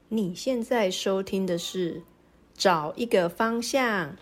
你现在收听的是找一个方向。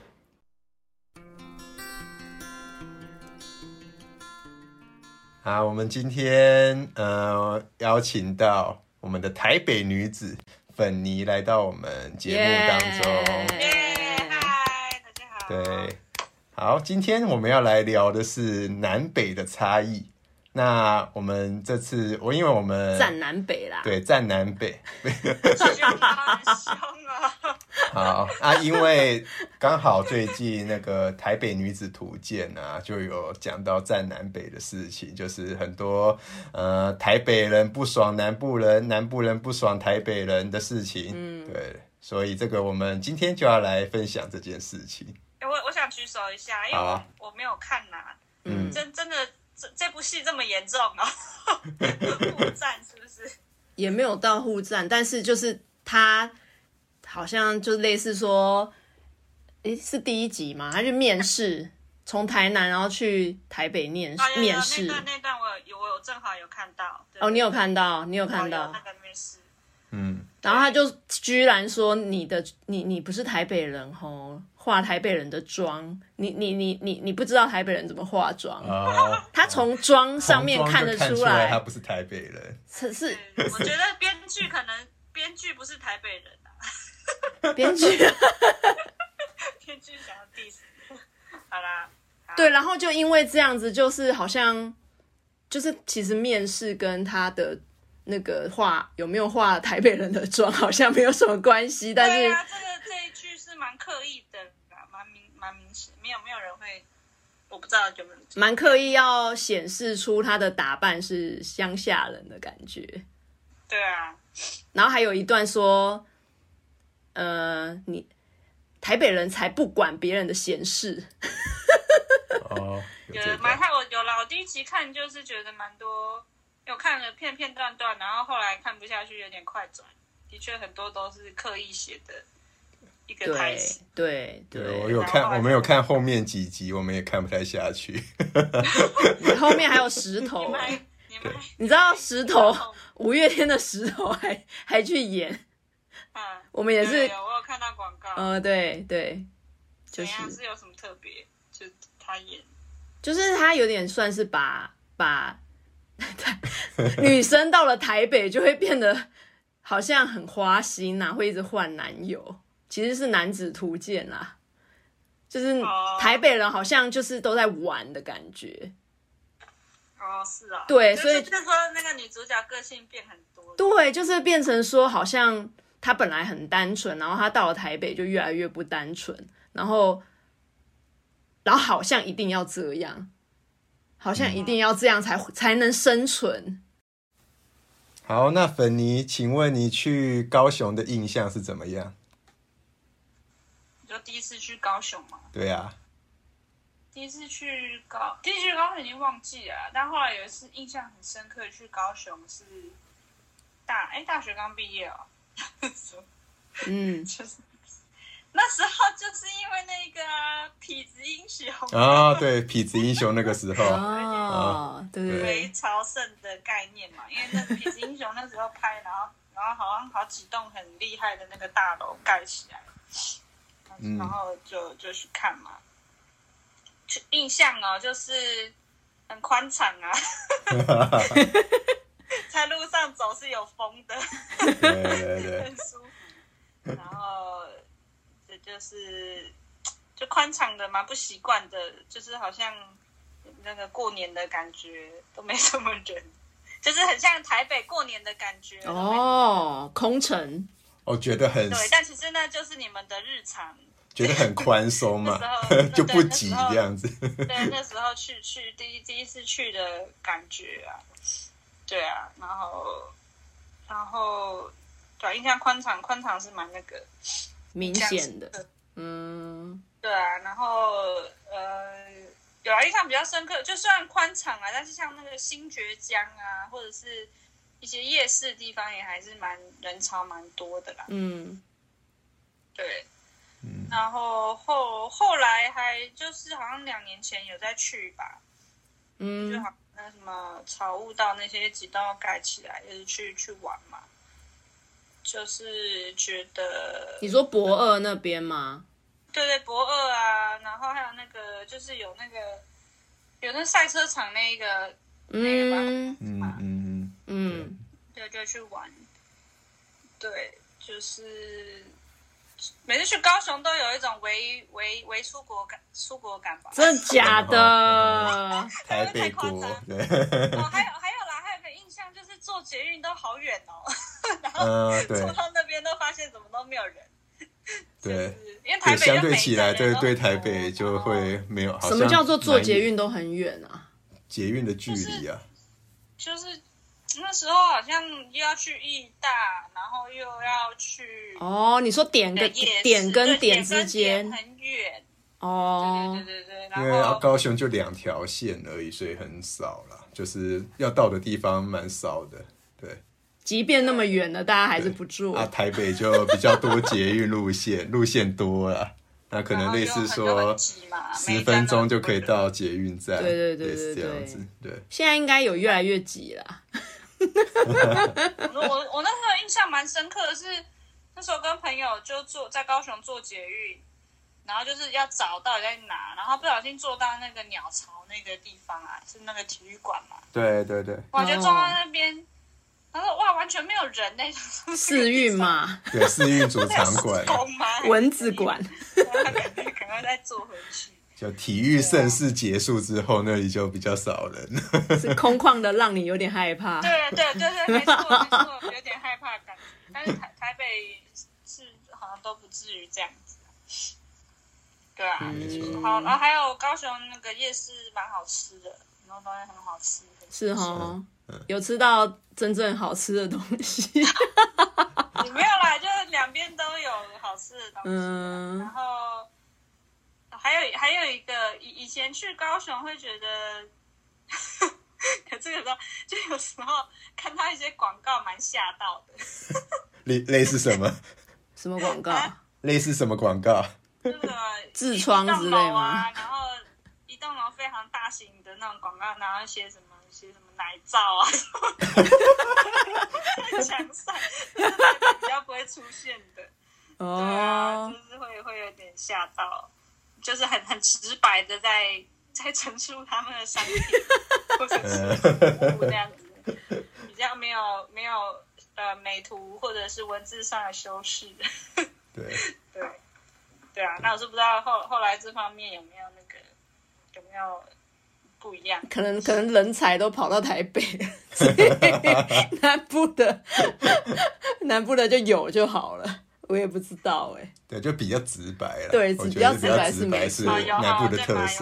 好，我们今天邀请到我们的台北女子粉妮来到我们节目当中。 嗨，大家好。 对，好，今天我们要来聊的是南北的差异。那我们这次，因为我们站南北啦， 对，站南北。 凶啊，很凶啊！ 好啊，因为刚好最近那个台北女子图鉴啊，就有讲到站南北的事情，就是很多台北人不爽南部人，南部人不爽台北人的事情。对，所以这个我们今天就要来分享这件事情。 我想举手一下，因为我没有看呐。真的这部戏这么严重哦？互战是不是？ 也没有到互战，但是就是他好像就类似说，是第一集嘛？他去面试，从台南然后去台北面试。 那段我有正好有看到。 哦，你有看到？你有看到那个面试？ 然后他就居然说你不是台北人吼，化台北人的妆，你不知道台北人怎么化妆。他从妆上面看得出来他不是台北人。 是我觉得编剧不是台北人啊。 编剧想要 diss。好啦。 对，然后就因为这样子，就是好像就是其实面试跟他的那个有没有画台北人的妆好像没有什么关系，但是对啊，这一句是蛮刻意的，蛮明显，没有人会，我不知道有没有蛮刻意要显示出他的打扮是乡下人的感觉。 对啊， 然后还有一段说，你台北人才不管别人的闲事。 有啦，我第一集看就是觉得蛮多。有看了片段，然后后来看不下去，有点快转。的确，很多都是刻意写的一个台词。 对， 我没有看后面几集，我们也看不太下去。 你后面还有石头，你知道石头五月天的石头还去演。我们也是， 我有看到广告。 对，就是是有什么特别？就他演， 就是他有点算是把女生到了台北就会变得好像很花心啊，会一直换男友，其实是男子图鉴啦，就是台北人好像就是都在玩的感觉。 是啊。 对，所以就是说那个女主角个性变很多。 对，就是变成说好像她本来很单纯，然后她到了台北就越来越不单纯，然后好像一定要这样。好像一定要这样才能生存。 好，那粉妮，请问你去高雄的印象是怎么样？ 你就第一次去高雄吗？ 对啊。 第一次去高雄已经忘记了，但后来有一次印象很深刻，去高雄是大学刚毕业哦。就是那时候就是因为那个痞子英雄对，痞子英雄那个时候对， 回朝圣的概念嘛，因为那个痞子英雄那时候拍，然后好像好几栋很厉害的那个大楼盖起来，然后就去看嘛，印象就是很宽敞啊，在路上走是有风的， 对， 很舒服，然后。就宽敞的蛮不习惯的，就是好像那个过年的感觉都没什么人，就是很像台北过年的感觉。 空城。 我觉得很对，但其实那就是你们的日常。 觉得很宽松嘛，就不挤这样子。 对，那时候去第一次去的感觉啊，对啊，然后对，印象宽敞是蛮那个。 明显的， 对啊，然后有印象比较深刻，就虽然宽敞啊，但是像那个新崛江啊，或者是一些夜市的地方，也还是人潮蛮多的啦。对，然后后来还就是好像2年前有再去吧，就好那什么草悟道那些几栋要盖起来，就是去玩嘛。 就是觉得你说博二那边吗？ 对对，博二啊，然后还有那个就是有那赛车场那个对，就去玩。对，就是每次去高雄都有一种为出国感吧？ 真的假的？ 台北国对。 哦，还有啦，还有个印象就是坐捷运都好远哦，然后坐到那边都发现怎么都没有人。 对， 因为台北相对起来，对台北就会没有。 什么叫做坐捷运都很远啊？ 捷运的距离啊， 就是那时候好像又要去义大，然后又要去你说点跟点之间很远哦。 对， 因为高雄就2条线而已，所以很少啦，就是要到的地方蛮少的。对， 即便那么远了，大家还是不坐啊。台北就比较多捷运路线多了。那可能类似说10分钟就可以到捷运站， 对， 这样子。对， 现在应该有越来越挤了。 我那时候印象蛮深刻的是，那时候跟朋友就在高雄坐捷运，然后就是要找到底在哪，然后不小心坐到那个鸟巢那个地方啊，是那个体育馆嘛。 对， 我就坐到那边。他说：“哇，完全没有人呢！ 世运嘛， 对，世运主场馆、 蚊子馆， 赶快再坐回去。 就体育盛事结束之后，那里就比较少人， 是空旷的，让你有点害怕。 对，没错，有点害怕感觉。但是台北是好像都不至于这样子。对啊， 没错。 好，然后还有高雄那个夜市蛮好吃的，很多东西很好吃。 是哦。”有吃到真正好吃的东西？ 你没有啦，就是两边都有好吃的东西。然后还有一个，以前去高雄会觉得，可这个时候就有时候看到一些广告蛮吓到的。 类似什么？ 什么广告？ 类似什么广告？ 那个痔疮之类吗？ 然后一栋楼非常大型的那种广告，然后写什么奶罩啊，在墙上，就是比较不会出现的。对啊，就是会有点吓到，就是很直白的在陈述他们的商品或者是服务这样子，比较没有美图或者是文字上的修饰。对啊，那我是不知道后来这方面有没有不一样， 可能人才都跑到台北了，所以南部的就有就好了，我也不知道哎。 对，就比较直白了。 对，比较直白是没错， 南部的特色。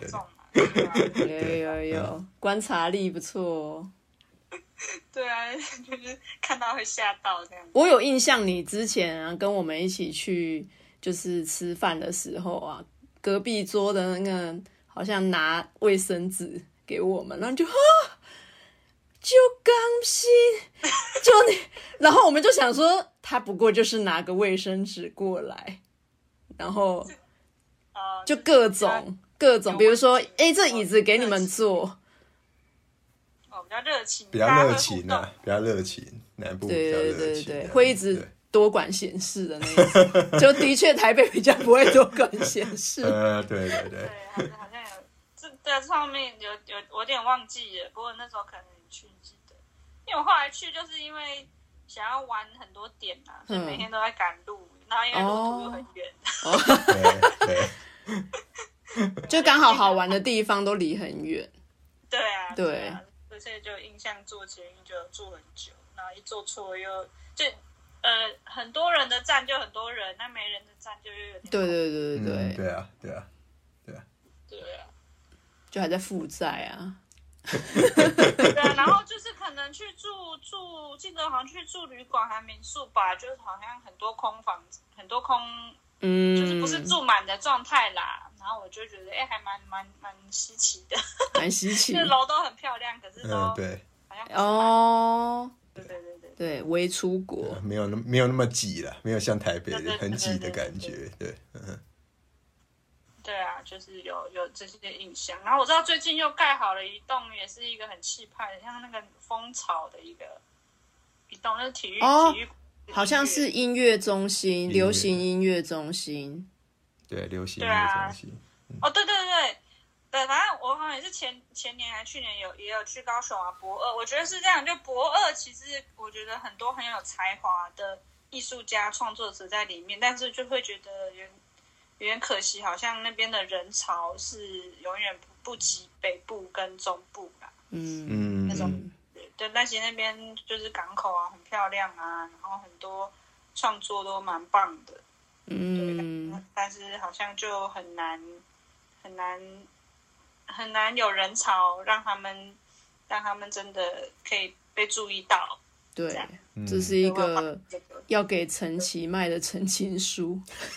对， 有观察力不错哦。 对啊，就是看到会吓到这样。 我有印象，你之前啊跟我们一起去就是吃饭的时候啊，隔壁桌的那个。好像拿卫生纸给我们，然后就就刚心就你，然后我们就想说，他不过就是拿个卫生纸过来，然后就各种，比如说，这椅子给你们坐， 比较热情， 比较热情，南部比较热情， 对，会一直多管闲事的那一种，就的确台北比较不会多管闲事， 对， 好像有。这上面我有点忘记了，不过那时候可能你去记得，因为我后来去就是因为想要玩很多点嘛，所以每天都在赶路，然后因为路途又很远， 对，就刚好好玩的地方都离很远。 对啊， 对， 所以就印象坐捷运就坐很久，然后一坐错又就很多人的站就很多人，那没人的站就又有点对， 对啊。 就还在负债啊。 对啊，然后就是可能去住，记得好像去住旅馆还民宿吧，就是好像很多空房子，很多空，就是不是住满的状态啦。然后我就觉得，还蛮稀奇的， 蛮稀奇。 就是楼都很漂亮，可是都对， 好像对，微出国， 没有那么挤了，没有像台北很挤的感觉，对。 对啊，就是有这些印象。然后我知道最近又盖好了一栋，也是一个很气派的，像那个蜂巢的一栋，就是体育好像是音乐中心，流行音乐中心。 对，流行音乐中心。 哦，对，反正我好像也是前年还去年也有去高雄啊，博二，我觉得是这样，就博二其实我觉得很多很有才华的艺术家创作者在里面，但是就会觉得有点可惜，好像那边的人潮是永远不及北部跟中部啦。那种对，但其实那边就是港口啊，很漂亮啊，然后很多创作都蛮棒的。对，但是好像就很难有人潮让他们真的可以被注意到。 对，这是一个要给陈琦卖的陈情书。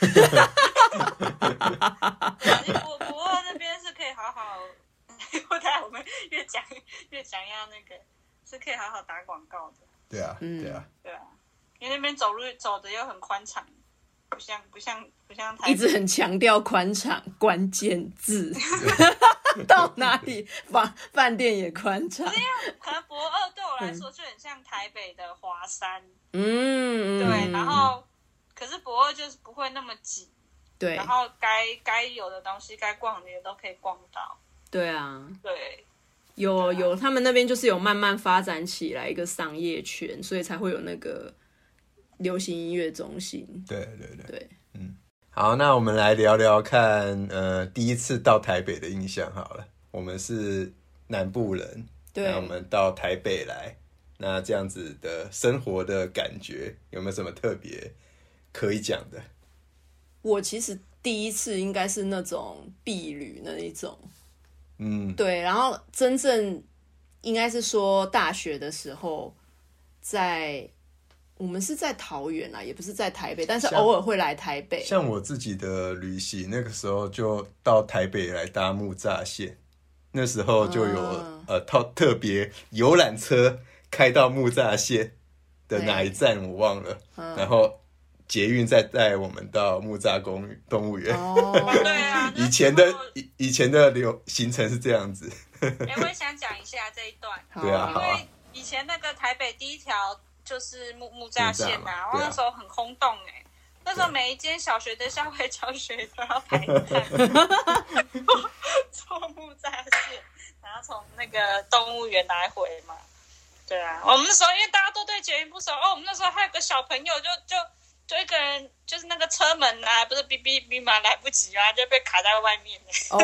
不过那边是可以好好，后来我们越讲要那个是可以好好打广告的。 对啊， 因为那边走路走的又很宽敞，不像台北一直很强调宽敞关键字。到哪里饭店也宽敞。 可能博二对我来说就很像台北的华山。 对， 然后可是博二就是不会那么挤。 对， 然后该有的东西该逛的也都可以逛到。 对啊， 对， 有他们那边就是有慢慢发展起来一个商业圈，所以才会有那个流行音乐中心。 对，好，那我们来聊聊看，第一次到台北的印象好了。我们是南部人，那我们到台北来，那这样子的生活的感觉有没有什么特别可以讲的？ 我其实第一次应该是那种避旅那一种，对，然后真正应该是说大学的时候，我们是在桃园啦，也不是在台北，但是偶尔会来台北。 像我自己的旅行，那个时候就到台北来搭木栅线，那时候就有特别游览车开到木栅线的哪一站我忘了，然后捷运再带我们到木栅动物园。 对啊， 以前的行程是这样子。 我也想讲一下这一段。 对啊， 因为以前那个台北第一条就是木栅线啊，然后那时候很轰动那时候每一间小学的校外教学都要排站坐木栅线，然后从那个动物园来回嘛。对啊，我们那时候因为大家都对捷运不熟我们那时候还有个小朋友就一个人，就是那个车门啊，不是哔哔哔嘛，来不及啊，就被卡在外面。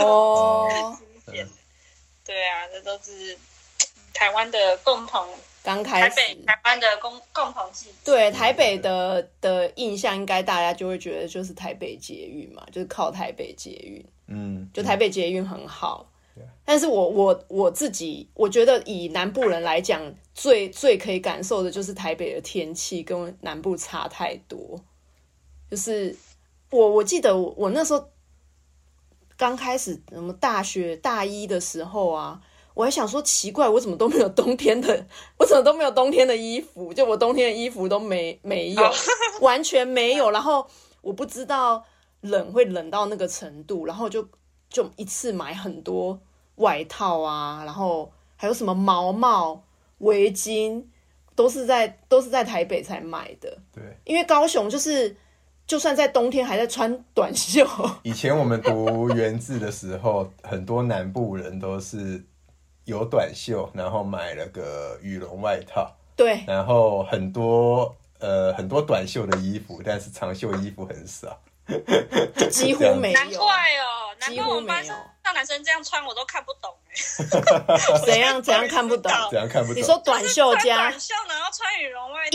对啊，这都是台湾的共同。 刚开始台湾的共同记忆。 对，台北的印象应该大家就会觉得就是台北捷运嘛，就是靠台北捷运。就台北捷运很好。但是我自己我觉得以南部人来讲，最可以感受的就是台北的天气跟南部差太多。就是我记得我那时候刚开始什么大学大一的时候啊，我还想说奇怪，我怎么都没有冬天的衣服，就我冬天的衣服都没有，完全没有。然后我不知道冷会冷到那个程度，然后就一次买很多外套啊，然后还有什么毛帽、围巾，都是在台北才买的。 对， 因为高雄就算在冬天还在穿短袖。 以前我们读元字的时候，很多南部人都是有短袖，然后买了个羽绒外套。 对， 然后很多短袖的衣服，但是长袖衣服很少。 几乎没有。 难怪我们班上男生这样穿我都看不懂怎样看不懂？ 怎样看不懂？ 你说短袖加短袖，然后穿羽绒外套，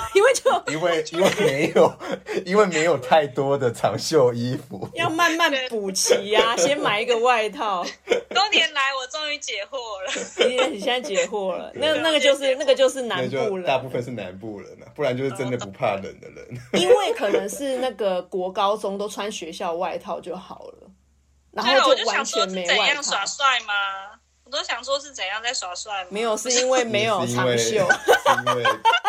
因为没有太多的长袖衣服， 要慢慢补齐啊。先买一个外套。 多年来我终于解惑了。 你现在解惑了。那个就是南部人， 大部分是南部人不然就是真的不怕冷的人。 因为可能是那个国高中都穿学校外套就好了，然后就完全没外套。 怎样耍帅吗？我都想说是怎样在耍帅吗？ 没有，是因为没有长袖。 是因为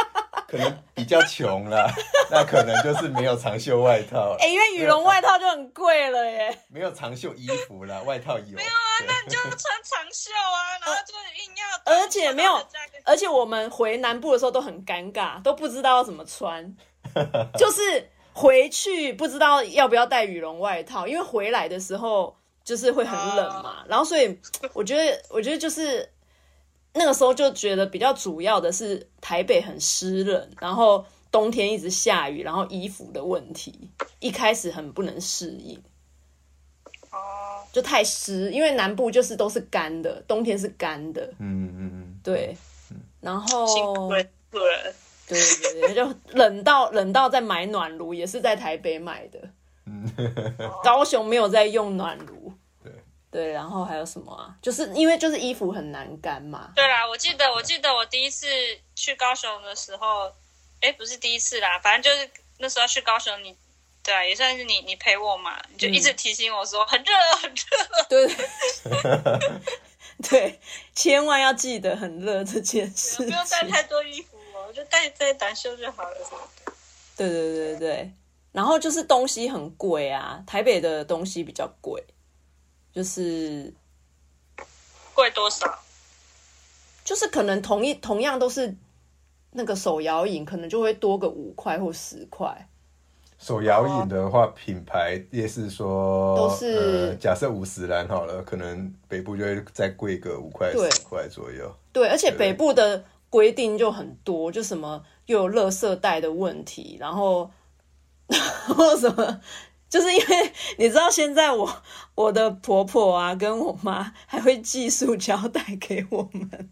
可能比较穷啦，那可能就是没有长袖外套了。 因为羽绒外套就很贵了耶。 没有长袖衣服啦，外套有。 没有啊，那你就穿长袖啊，然后就硬要。 而且没有，而且我们回南部的时候都很尴尬，都不知道要怎么穿，就是回去不知道要不要带羽绒外套，因为回来的时候就是会很冷嘛。然后所以我觉得就是那个时候就觉得比较主要的是台北很湿冷，然后冬天一直下雨，然后衣服的问题，一开始很不能适应。就太湿，因为南部就是都是干的，冬天是干的。对。然后辛苦了。 对，就冷到在买暖炉，也是在台北买的。高雄没有在用暖炉。对，然后还有什么啊？就是因为就是衣服很难干嘛。 对啦，我记得我第一次去高雄的时候，不是第一次啦，反正就是那时候去高雄，对啊，也算是你陪我嘛，你就一直提醒我说很热很热。 对。对，千万要记得很热这件事情。 不用带太多衣服哦，就带短袖就好了。 对。然后就是东西很贵啊，台北的东西比较贵，就是贵多少？ 就是可能同样都是那个手摇饮，可能就会多个5块或10块。 手摇饮的话，品牌也是说都是假设50兰好了，可能北部就会再贵个5块10块左右。 对，而且北部的规定就很多，就什么又有垃圾袋的问题，然后什么，就是因为你知道现在我的婆婆啊跟我妈还会寄塑胶袋给我们。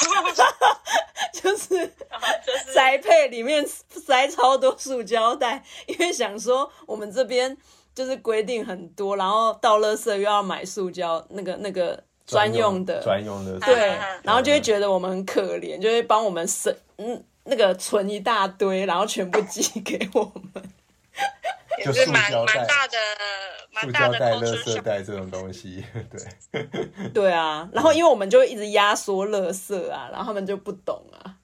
就是宅配里面塞超多塑胶袋，因为想说我们这边就是规定很多，然后到垃圾又要买塑胶那个专用的，对，然后就会觉得我们很可怜，就会帮我们那个存一大堆，然后全部寄给我们。 就塑胶袋、 蛮大的垃圾袋这种东西，对。 对啊，然后因为我们就会一直压缩垃圾啊，然后他们就不懂啊。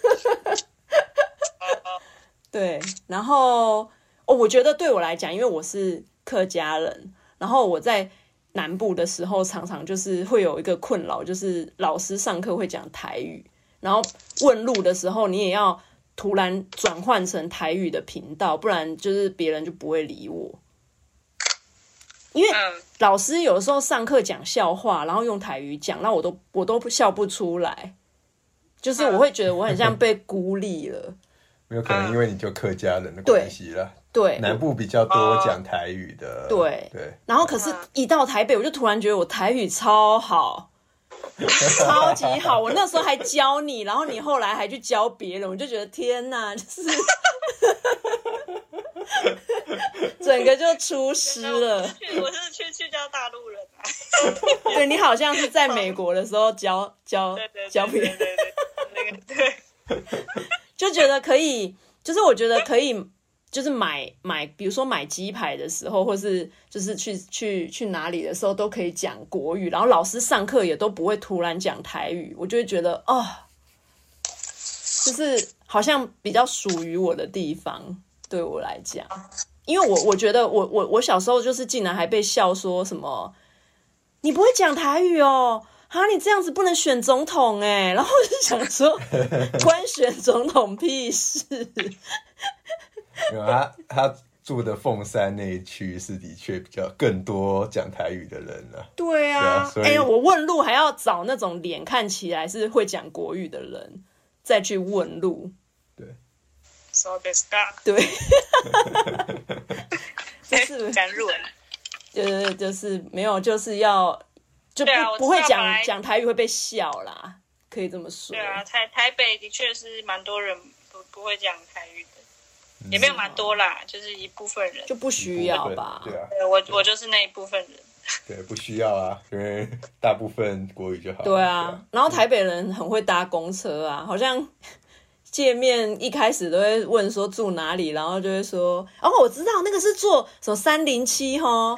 对，然后我觉得对我来讲，因为我是客家人，然后我在南部的时候，常常就是会有一个困扰，就是老师上课会讲台语，然后问路的时候，你也要突然转换成台语的频道，不然就是别人就不会理我。因为老师有时候上课讲笑话，然后用台语讲，那我都笑不出来，就是我会觉得我很像被孤立了。 没有可能，因为你就客家人的关系啦。 对， 南部比较多讲台语的。 对。然后可是，一到台北，我就突然觉得我台语超好。超级好，我那时候还教你，然后你后来还去教别人，我就觉得天哪，就是整个就出师了。 我是去教大陆人啊。 对，你好像是在美国的时候教别人， 对， 就觉得可以，就是我觉得可以。就是买，比如说买鸡排的时候，或是就是去哪里的时候，都可以讲国语，然后老师上课也都不会突然讲台语，我就会觉得就是好像比较属于我的地方，对我来讲，因为我觉得我小时候就是竟然还被笑说什么你不会讲台语哦。你这样子不能选总统然后我就想说，关选总统屁事。 他住的凤山那一区是的确比较更多讲台语的人了。 对啊，我问路还要找那种脸看起来是会讲国语的人再去问路。 对， 对，就是敢入就是没有，就是要就不会讲台语会被笑啦，可以这么说。 对啊，台北的确是蛮多人不会讲台语的。也没有蛮多啦，就是一部分人就不需要吧。 对啊， 我就是那一部分人。 对，不需要啊，因为大部分国语就好。 对啊，然后台北人很会搭公车啊，好像见面一开始都会问说住哪里，然后就会说我知道那个是坐什么307齁。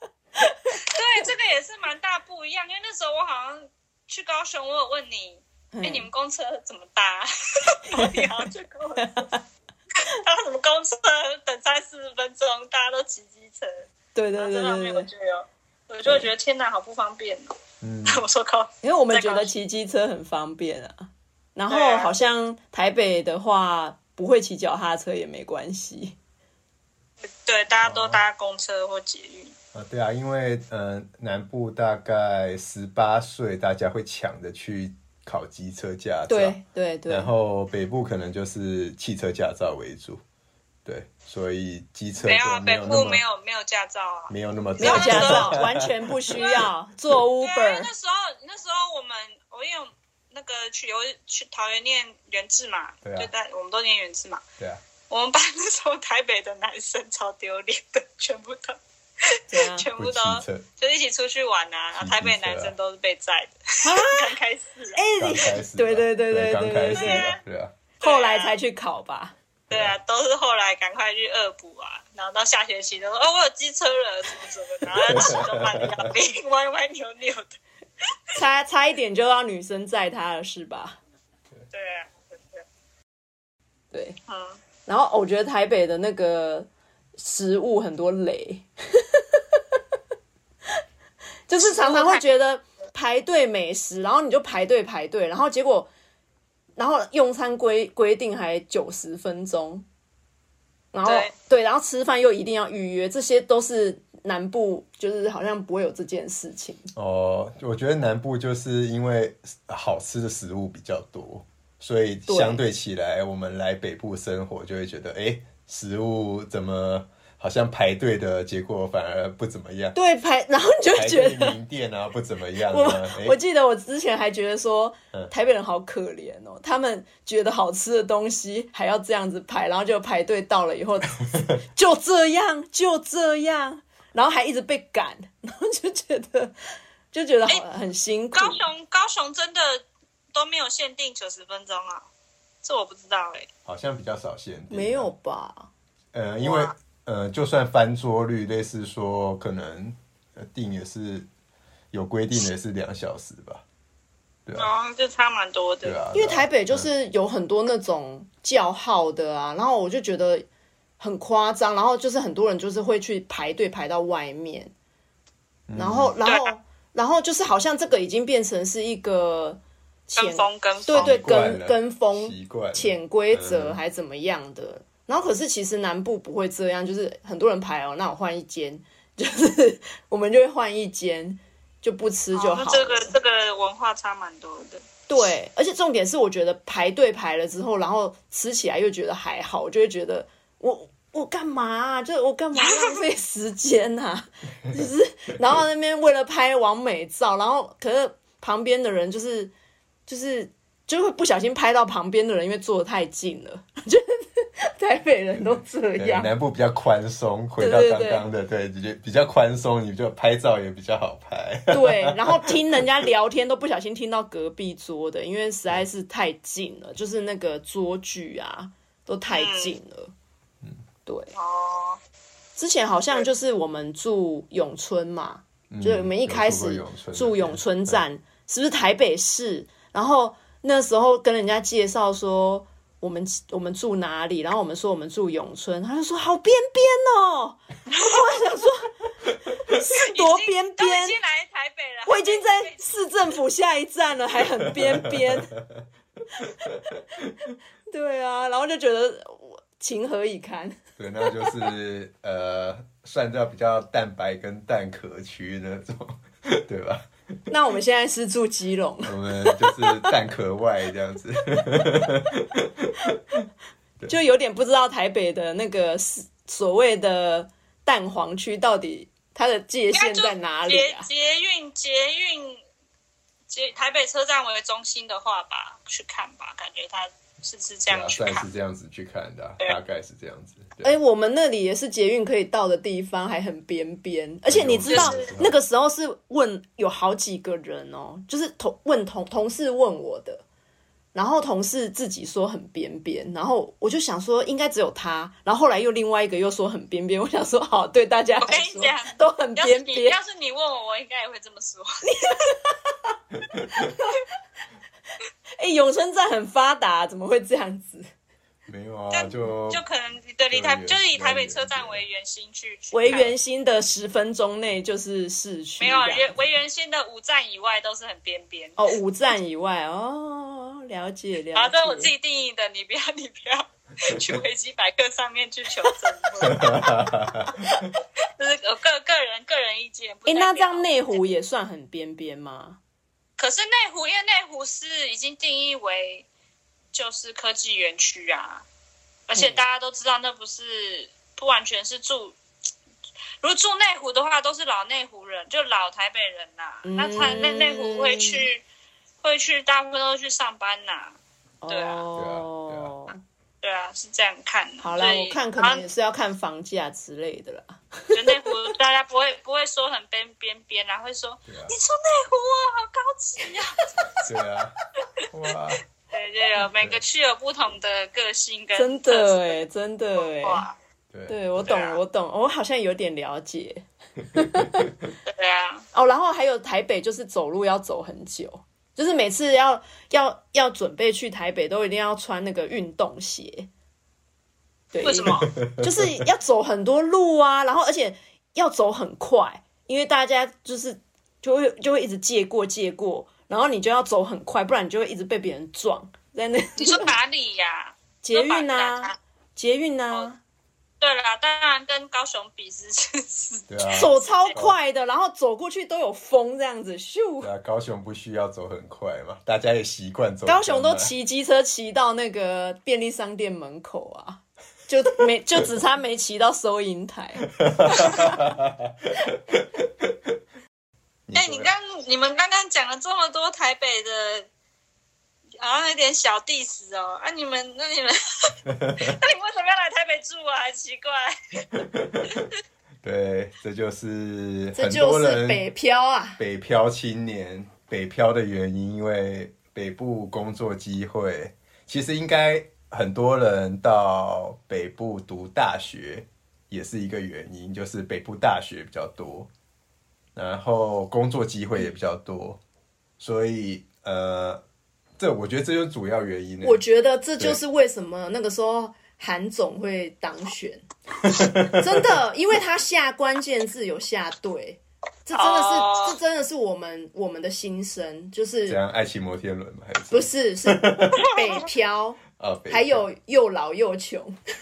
对，这个也是蛮大不一样，因为那时候我好像去高雄，我有问你你们公车怎么搭？然后就跟我说，搭什么公车等30-40分钟，大家都骑机车。 对， 我就觉得天哪，好不方便哦。我说靠， 因为我们觉得骑机车很方便啊，然后好像台北的话不会骑脚踏车也没关系。 对，大家都搭公车或捷运。 对啊，因为南部大概18岁，大家会抢着去考机车驾照， 对， 然后北部可能就是汽车驾照为主，对，所以机车就北部没有驾照啊， 没有那么没有驾照，完全不需要做 Uber。 那时候我因为那个去桃园念原治嘛， 对啊， 我们都念原治嘛， 对啊， 我们班那时候台北的男生超丢脸的，全部都就一起出去玩啊，然后台北男生都是被载的，刚开始， 对， 刚开始，对啊， 后来才去考吧。 对啊，都是后来赶快去恶补啊，然后到下学期都说我有机车了，什么的，然后骑都慢的要命，歪歪扭扭的， 差一点就让女生载他了，是吧？对，然后我觉得台北的那个食物很多雷，就是常常会觉得排队美食，然后你就排队，然后结果，然后用餐规定还90分钟，然后对，然后吃饭又一定要预约，这些都是南部就是好像不会有这件事情。 我觉得南部就是因为好吃的食物比较多，所以相对起来，我们来北部生活就会觉得，食物怎么好像排队的结果反而不怎么样？对， 然后你就会觉得名店啊不怎么样啊。 我记得我之前还觉得说，台北人好可怜哦，他们觉得好吃的东西还要这样子排，然后就排队到了以后就这样，然后还一直被赶，然后就觉得很辛苦。 高雄真的都没有限定90分钟啊？这我不知道好像比较少限定。 没有吧？ 因为就算翻桌率，类似说可能定也是有规定的，也是2小时吧。对啊， 就差蛮多的。 对啊， 因为台北就是有很多那种叫号的啊，然后我就觉得很夸张，然后就是很多人就是会去排队排到外面，然后就是好像这个已经变成是一个跟风潜规则还怎么样的。然后可是其实南部不会这样，就是很多人排那我换一间，就是我们就会换一间，就不吃就好了。 这个文化差蛮多的。 对，而且重点是我觉得排队排了之后，然后吃起来又觉得还好，我就会觉得我干嘛啊？就是我干嘛浪费时间啊？就是然后那边为了拍完美照，然后可是旁边的人就会不小心拍到旁边的人，因为坐得太近了。台北人都这样， 南部比较宽松，回到刚刚的，对，比较宽松，你就拍照也比较好拍。 对，然后听人家聊天都不小心听到隔壁桌的，因为实在是太近了，就是那个桌距啊都太近了。对。之前好像就是我们住永春嘛，就是我们一开始住永春站，是不是台北市？然后那时候跟人家介绍说我们住哪里，然后我们说我们住永春，他就说好边边哦。我想说是多边边， 已经来台北了， 我已经在市政府下一站了，还很边边。对啊，然后就觉得情何以堪。 对，那就是算到比较蛋白跟蛋壳区那种，对吧？ 那我们现在是住基隆， 我们就是蛋壳外这样子， 就有点不知道台北的那个所谓的蛋黄区到底它的界限在哪里啊？ 捷运台北车站为中心的话吧，去看吧，感觉它是这样去看， 算是这样子去看的，大概是这样子。 我们那里也是捷运可以到的地方，还很边边，而且你知道那个时候是问有好几个人哦，就是同事问我的，然后同事自己说很边边，然后我就想说应该只有他，然后后来又另外一个又说很边边，我想说好，对大家来说都很边边。 要是你问我，我应该也会这么说。 永春站很发达，怎么会这样子？ 没有啊，就可能就是以台北车站为圆心去为圆心的10分钟内就是市区。 没有为圆心的5站以外都是很边边。 哦，5站以外哦，了解。 啊，这是我自己定义的，你不要去维基百科上面去求证。就是个人意见。 那这样内湖也算很边边吗？ 可是内湖，因为内湖是已经定义为就是科技园区啊，而且大家都知道那不完全是住，如果住内湖的话，都是老内湖人，就老台北人呐。那他内湖会去，大部分都去上班呐。对啊，对啊，是这样看的。 好啦，我看可能也是要看房价之类的啦。 就内湖大家不会说很边啊，会说你住内湖啊，好高级啊。 对啊，哇。 对，就有每个区有不同的个性跟真的哎，对我懂，我好像有点了解。 对啊， 然后还有台北，就是走路要走很久，就是每次要准备去台北，都一定要穿那个运动鞋。对， 为什么？ 就是要走很多路啊，然后而且要走很快，因为大家就会一直借过。然后你就要走很快，不然你就会一直被别人撞在那。 你说哪里呀？ 捷运啊，捷运啊。 对啦，当然跟高雄比是走超快的，然后走过去都有风这样子，咻。 对啊，高雄不需要走很快嘛，大家也习惯走。 高雄都骑机车骑到那个便利商店门口啊，就只差没骑到收银台。 你们刚刚讲了这么多台北的，好像有点小 diss 哦。那你们为什么要来台北住啊？还奇怪。 对，这就是很多人北漂啊， 北漂青年北漂的原因，因为北部工作机会，其实应该很多人到北部读大学也是一个原因，就是北部大学比较多。然后工作机会也比较多，所以我觉得这就是主要原因。 我觉得这就是为什么那个时候韩总会当选，真的，因为他下关键字有下对，这真的是我们的心声，就是怎样爱骑摩天轮吗？还是不是北漂还有又老又穷，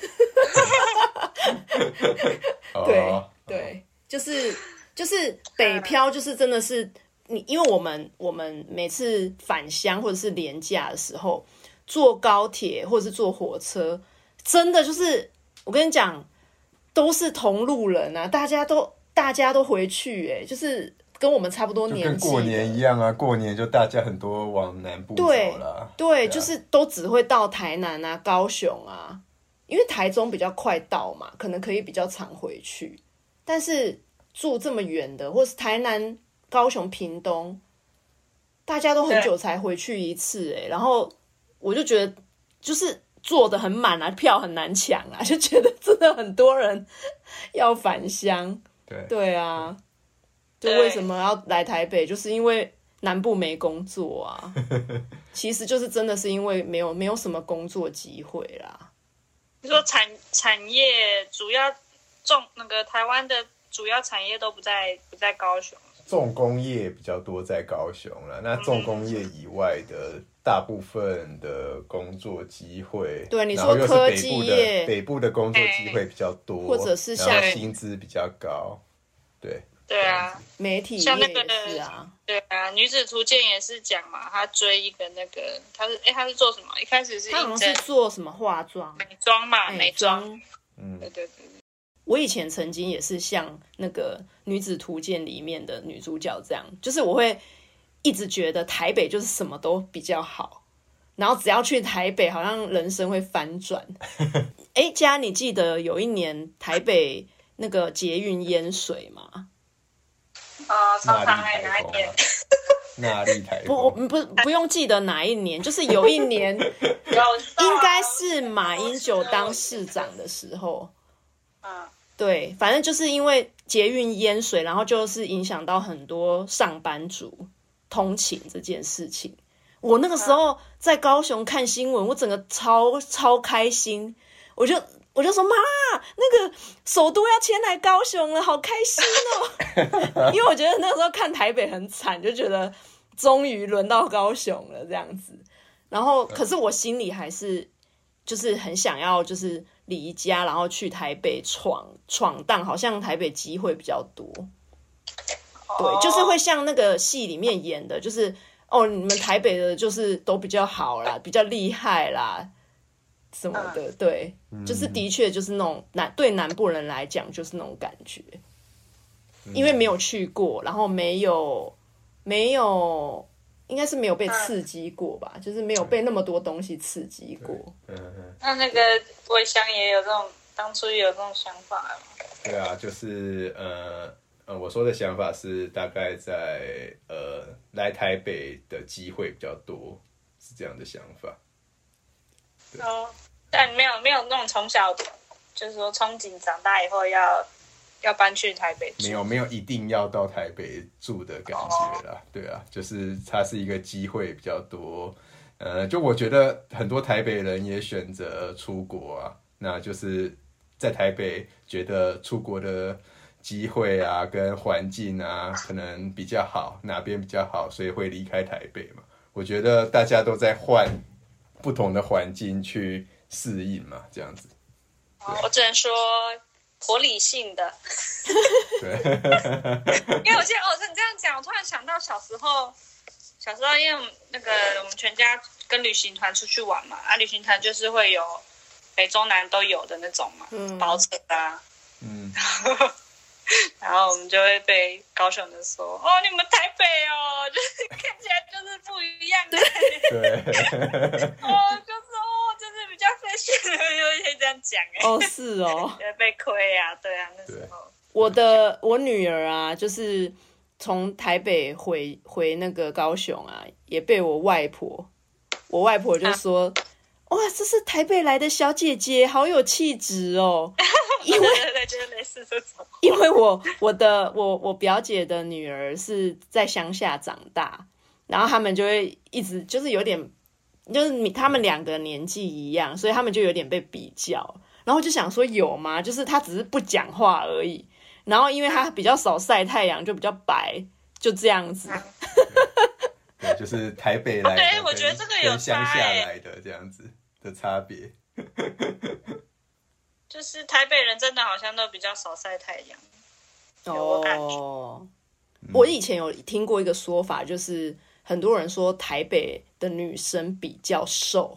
对，就是北漂，就是真的是你，因为我们每次返乡或者是连假的时候，坐高铁或者是坐火车，真的就是我跟你讲，都是同路人啊，大家都回去，就是跟我们差不多年纪， 就跟过年一样啊，过年就大家很多往南部走了， 对，就是都只会到台南啊、高雄啊，因为台中比较快到嘛，可能可以比较常回去，但是住这么远的，或是台南、高雄、屏东，大家都很久才回去一次，然后我就觉得就是坐得很满啊，票很难抢啊，就觉得真的很多人要返乡。对啊，就为什么要来台北，就是因为南部没工作啊。其实就是真的是因为没有什么工作机会啦。 你说产业主要那个台湾的主要产业都不在高雄， 重工业比较多在高雄啦。那重工业以外的大部分的工作机会， 对你说科技业， 北部的工作机会比较多， 或者是像薪资比较高， 对啊， 媒体业也是啊， 对啊，女子图鉴也是讲嘛，她追一个那个，她是做什么？一开始是她好像是做什么化妆、 美妆嘛，美妆，对。 我以前曾经也是像那个女子图鉴里面的女主角这样，就是我会一直觉得台北就是什么都比较好，然后只要去台北好像人生会翻转。嘉，你记得有一年台北那个捷运淹水吗？ 常常哪一年？ 哪里台风？ 不用记得哪一年，就是有一年应该是马英九当市长的时候。对，反正就是因为捷运淹水，然后就是影响到很多上班族通勤这件事情。 我那个时候在高雄看新闻，我整个超开心，我就说妈，那个首都要迁来高雄了，好开心哦！因为我觉得那个时候看台北很惨，就觉得终于轮到高雄了这样子。然后，可是我心里还是就是很想要，就是离家，然后去台北闯荡，好像台北机会比较多。对，就是会像那个戏里面演的，就是哦，你们台北的就是都比较好啦，比较厉害啦。什么的，对，就是的确就是那种对南部人来讲就是那种感觉，因为没有去过，然后没有，应该是没有被刺激过吧，就是没有被那么多东西刺激过。 那个魏翔也有这种，当初也有这种想法吗？ 对啊，就是我说的想法是大概在来台北的机会比较多，是这样的想法。 哦，但没有那种从小就是说憧憬长大以后要搬去台北住， 没有一定要到台北住的感觉啦。对啊，就是它是一个机会比较多。就我觉得很多台北人也选择出国啊，那就是在台北觉得出国的机会啊跟环境啊可能比较好，哪边比较好，所以会离开台北嘛。我觉得大家都在换不同的环境去适应嘛，这样子。 我只能说颇理性的。 对。 因为我记得你这样讲，我突然想到小时候，因为那个我们全家跟旅行团出去玩嘛，旅行团就是会有北中南都有的那种嘛，包车啊，然后我们就会被高雄的说，哦，你们台北哦，就是看起来就是不一样的， 对， 就是比较fashion，就会这样讲哎， 哦，是哦， 被亏啊，对啊，那时候我女儿啊，就是从台北回那个高雄啊，也被我外婆就说，哇，这是台北来的小姐姐，好有气质哦。因为对，就是类似这种。 因为我表姐的女儿是在乡下长大，然后他们就会一直就是有点，就是他们两个年纪一样，所以他们就有点被比较。然后就想说有吗？就是他只是不讲话而已。然后因为他比较少晒太阳，就比较白，就这样子。 对，就是台北来的， 对，我觉得这个有跟乡下来的这样子的差别。 就是台北人真的好像都比较少晒太阳。我感觉。 我以前有听过一个说法，就是很多人说台北的女生比较瘦。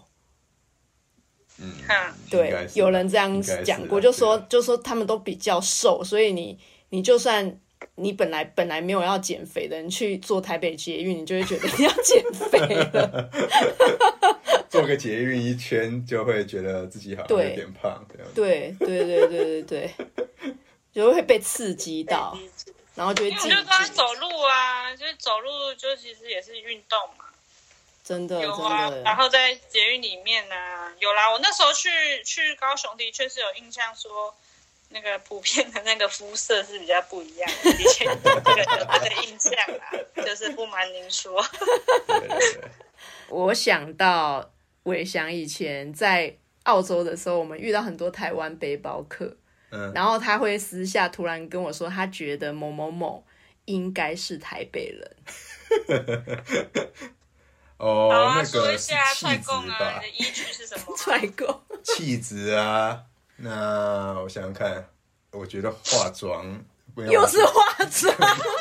对，有人这样讲过，就说他们都比较瘦，所以你就算你本来没有要减肥的人去做台北捷运，你就会觉得你要减肥了。 做个捷运一圈就会觉得自己好像有点胖，这样。 对，就会被刺激到，然后就会禁止。 就刚走路啊，就是走路就其实也是运动嘛。 真的有啊，然后在捷运里面啊，有啦。我那时候去高雄的确是有印象说，那个普遍的那个肤色是比较不一样的，以前有这个印象啦，就是不瞒您说。 对。 我想到伟翔以前在澳洲的时候，我们遇到很多台湾背包客，然后他会私下突然跟我说，他觉得某某某应该是台北人。 哦，那个说一下气质吧， 你的依据是什么？ 踹够气质啊，那我想想看，我觉得化妆又是化妆。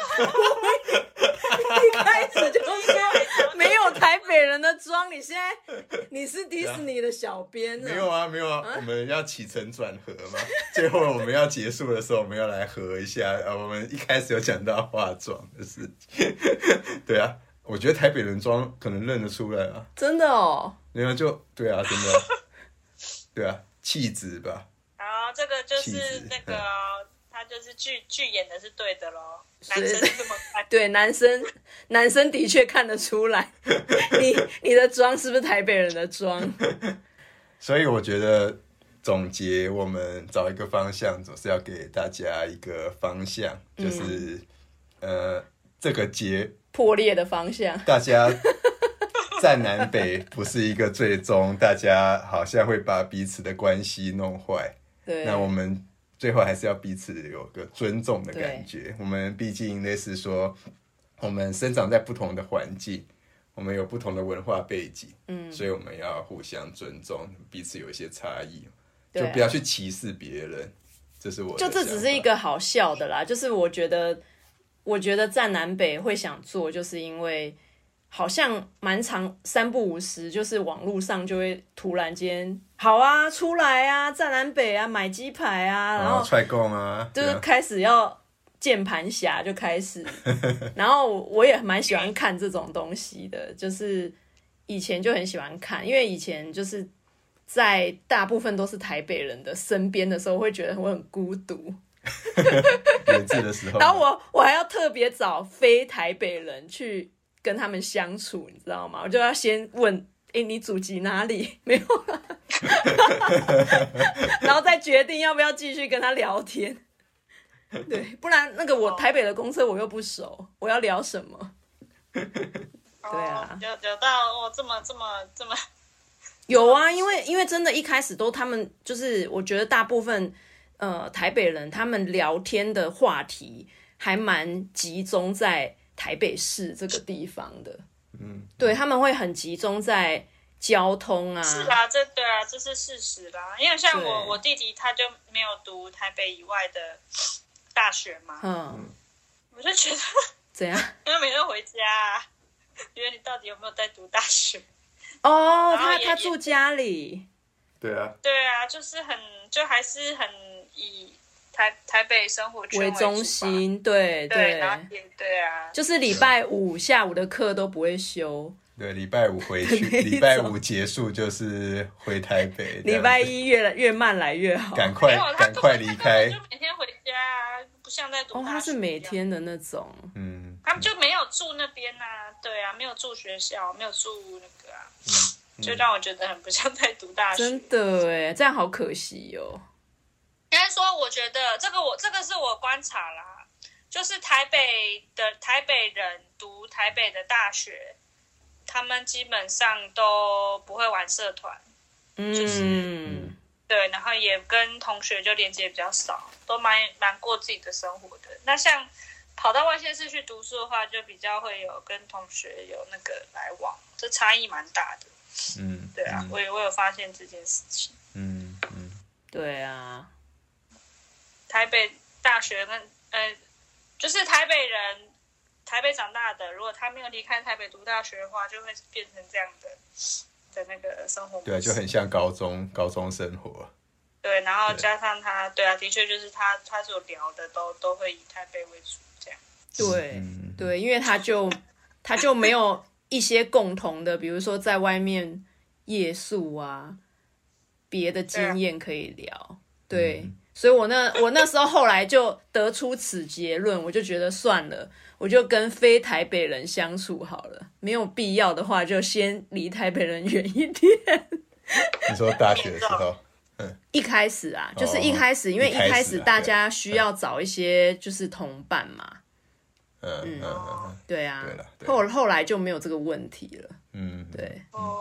一开始就说没有台北人的妆，你现在你是迪士尼的小编呢？ 没有啊，我们要起承转合嘛。最后我们要结束的时候，我们要来合一下。我们一开始有讲到化妆的事情，对啊。我觉得台北人妆可能认得出来啊， 真的哦。 然后就对啊，真的，对啊，气质吧。 然后这个就是那个，他就是剧演的是对的咯。男生这么看， 对，男生的确看得出来，你的妆是不是台北人的妆？ 所以我觉得总结，我们找一个方向，总是要给大家一个方向，就是这个节。 破裂的方向， 大家战南北不是一个最终，大家好像会把彼此的关系弄坏。 对， 那我们最后还是要彼此有个尊重的感觉。我们毕竟类似说，我们生长在不同的环境，我们有不同的文化背景，所以我们要互相尊重，彼此有一些差异，就不要去歧视别人。这是我的想法。 就这只是一个好笑的啦，就是我觉得战南北会想做，就是因为好像蛮长三不五时，就是网络上就会突然间好啊出来啊战南北啊买鸡排啊，然后踹供啊， 就是开始要键盘侠就开始，然后我也蛮喜欢看这种东西的，就是以前就很喜欢看，因为以前就是在大部分都是台北人的身边的时候，会觉得我很孤独。 原字的时候， 然后我还要特别找非台北人去跟他们相处，你知道吗？我就要先问，你祖籍哪里？没有啦，然后再决定要不要继续跟他聊天。对，不然那个我台北的公车我又不熟，我要聊什么？对啊， 有到这么有啊，因为真的，一开始都他们就是我觉得大部分台北人他们聊天的话题还蛮集中在台北市这个地方的，对，他们会很集中在交通啊， 是啊，这是事实啦。因为像我弟弟他就没有读台北以外的大学嘛，我就觉得怎样？ 因为每天回家啊，觉得你到底有没有在读大学？ 哦，他住家里， 对啊， 就是还是很以台北生活圈为中心，对， 然后对啊， 就是礼拜五下午的课都不会休， 对，礼拜五回去，礼拜五结束就是回台北， 礼拜一越慢来越好， 赶快离开， 就每天回家啊，不像在读大学他是每天的那种， 他们就没有住那边啊，对啊，没有住学校，没有住那个啊，就让我觉得很不像在读大学， 真的耶，这样好可惜哦。 应该说，我觉得这个是我观察啦，就是台北人读台北的大学，他们基本上都不会玩社团，对，然后也跟同学就连接比较少，都蛮过自己的生活的。那像跑到外县市去读书的话，就比较会有跟同学有那个来往，这差异蛮大的。对啊，我有发现这件事情。 对啊。 台北大学跟就是台北长大的，如果他没有离开台北读大学的话，就会变成这样的那个生活模式。 对，就很像高中生活。 对，然后加上他，对啊，的确就是他所聊的都会以台北为主，这样。 对，因为他就没有一些共同的，比如说在外面夜宿啊，别的经验可以聊。对。所以我那时候后来就得出此结论，我就觉得算了，我就跟非台北人相处好了，没有必要的话就先离台北人远一点。 你说大学的时候， 一开始啊，就是一开始，因为一开始大家需要找一些就是同伴嘛，对啊，后来就没有这个问题了，对，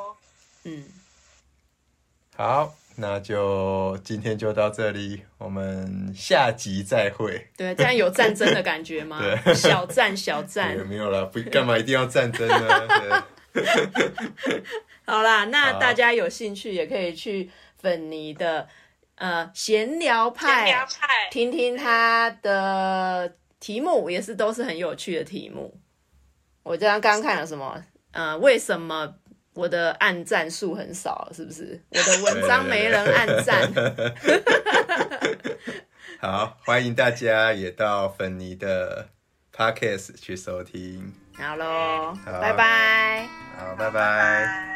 好。那就今天就到这里，我们下集再会。 对，这样有战争的感觉吗？对，小战。 没有啦，不干嘛一定要战争呢？ 好啦，那大家有兴趣也可以去粉泥的闲聊派听听他的题目，也是都是很有趣的题目。我刚刚看了什么？为什么我的按赞数很少，是不是？我的文章没人按赞。 好，欢迎大家也到粉泥的 Podcast 去收听。 好咯，拜拜。 好，拜拜。